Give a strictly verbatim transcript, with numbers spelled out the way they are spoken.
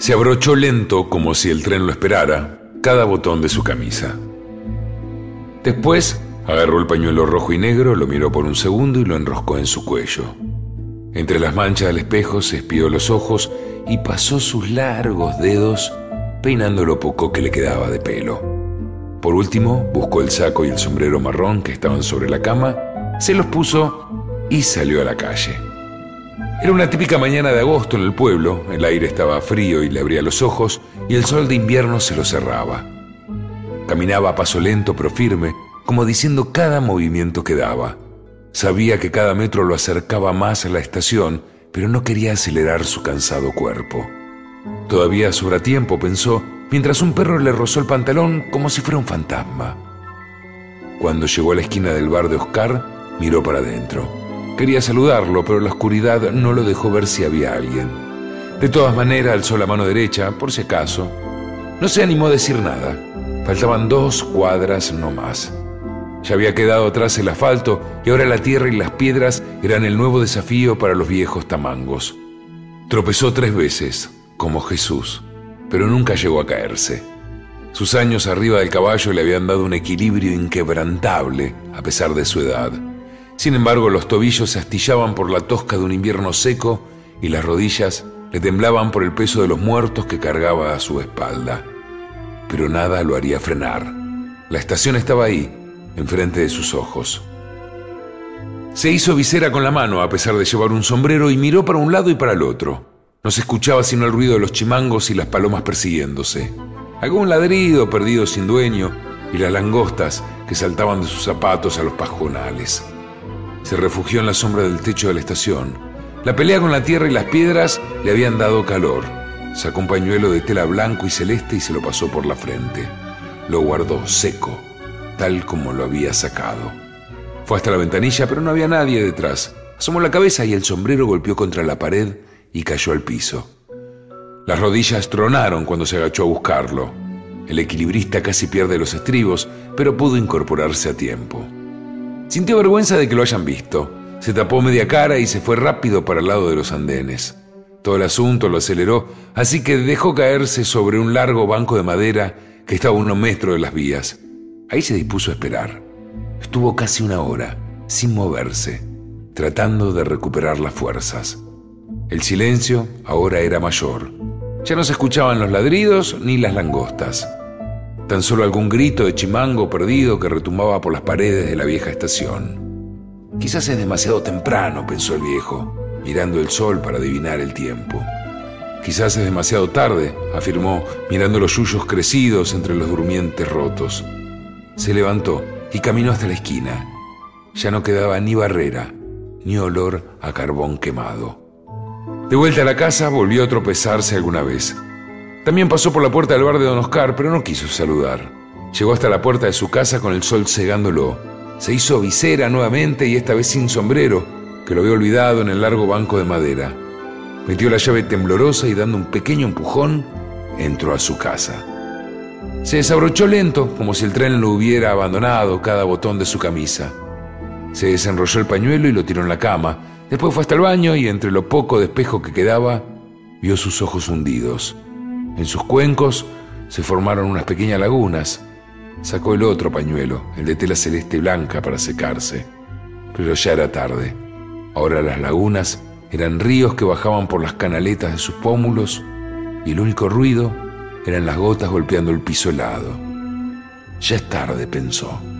Se abrochó lento, como si el tren lo esperara, cada botón de su camisa. Después agarró el pañuelo rojo y negro, lo miró por un segundo y lo enroscó en su cuello. Entre las manchas del espejo se espió los ojos y pasó sus largos dedos peinando lo poco que le quedaba de pelo. Por último, buscó el saco y el sombrero marrón que estaban sobre la cama, se los puso y salió a la calle. Era una típica mañana de agosto en el pueblo, el aire estaba frío y le abría los ojos y el sol de invierno se los cerraba. Caminaba a paso lento pero firme, como diciendo cada movimiento que daba. Sabía que cada metro lo acercaba más a la estación, pero no quería acelerar su cansado cuerpo. Todavía sobra tiempo, pensó, mientras un perro le rozó el pantalón como si fuera un fantasma. Cuando llegó a la esquina del bar de Oscar, miró para adentro. Quería saludarlo, pero la oscuridad no lo dejó ver si había alguien. De todas maneras, alzó la mano derecha, por si acaso. No se animó a decir nada. Faltaban dos cuadras no más. Ya había quedado atrás el asfalto y ahora la tierra y las piedras eran el nuevo desafío para los viejos tamangos. Tropezó tres veces, como Jesús, pero nunca llegó a caerse. Sus años arriba del caballo le habían dado un equilibrio inquebrantable a pesar de su edad. Sin embargo, los tobillos se astillaban por la tosca de un invierno seco y las rodillas le temblaban por el peso de los muertos que cargaba a su espalda. Pero nada lo haría frenar. La estación estaba ahí, enfrente de sus ojos. Se hizo visera con la mano a pesar de llevar un sombrero y miró para un lado y para el otro. No se escuchaba sino el ruido de los chimangos y las palomas persiguiéndose. Algún ladrido perdido sin dueño y las langostas que saltaban de sus zapatos a los pajonales. Se refugió en la sombra del techo de la estación. La pelea con la tierra y las piedras le habían dado calor. Sacó un pañuelo de tela blanco y celeste y se lo pasó por la frente. Lo guardó seco, tal como lo había sacado. Fue hasta la ventanilla, pero no había nadie detrás. Asomó la cabeza y el sombrero golpeó contra la pared y cayó al piso. Las rodillas tronaron cuando se agachó a buscarlo. El equilibrista casi pierde los estribos, pero pudo incorporarse a tiempo. Sintió vergüenza de que lo hayan visto. Se tapó media cara y se fue rápido para el lado de los andenes. Todo el asunto lo aceleró, así que dejó caerse sobre un largo banco de madera que estaba a unos metros de las vías. Ahí se dispuso a esperar. Estuvo casi una hora, sin moverse, tratando de recuperar las fuerzas. El silencio ahora era mayor. Ya no se escuchaban los ladridos ni las langostas. Tan solo algún grito de chimango perdido que retumbaba por las paredes de la vieja estación. Quizás es demasiado temprano, pensó el viejo, mirando el sol para adivinar el tiempo. Quizás es demasiado tarde, afirmó, mirando los yuyos crecidos entre los durmientes rotos. Se levantó y caminó hasta la esquina. Ya no quedaba ni barrera, ni olor a carbón quemado. De vuelta a la casa, volvió a tropezarse alguna vez. También pasó por la puerta del bar de Don Oscar, pero no quiso saludar. Llegó hasta la puerta de su casa con el sol cegándolo. Se hizo visera nuevamente y esta vez sin sombrero, que lo había olvidado en el largo banco de madera. Metió la llave temblorosa y dando un pequeño empujón, entró a su casa. Se desabrochó lento, como si el tren lo hubiera abandonado cada botón de su camisa. Se desenrolló el pañuelo y lo tiró en la cama. Después fue hasta el baño y entre lo poco de espejo que quedaba, vio sus ojos hundidos. En sus cuencos se formaron unas pequeñas lagunas. Sacó el otro pañuelo, el de tela celeste y blanca, para secarse. Pero ya era tarde. Ahora las lagunas eran ríos que bajaban por las canaletas de sus pómulos y el único ruido eran las gotas golpeando el piso helado. Ya es tarde, pensó.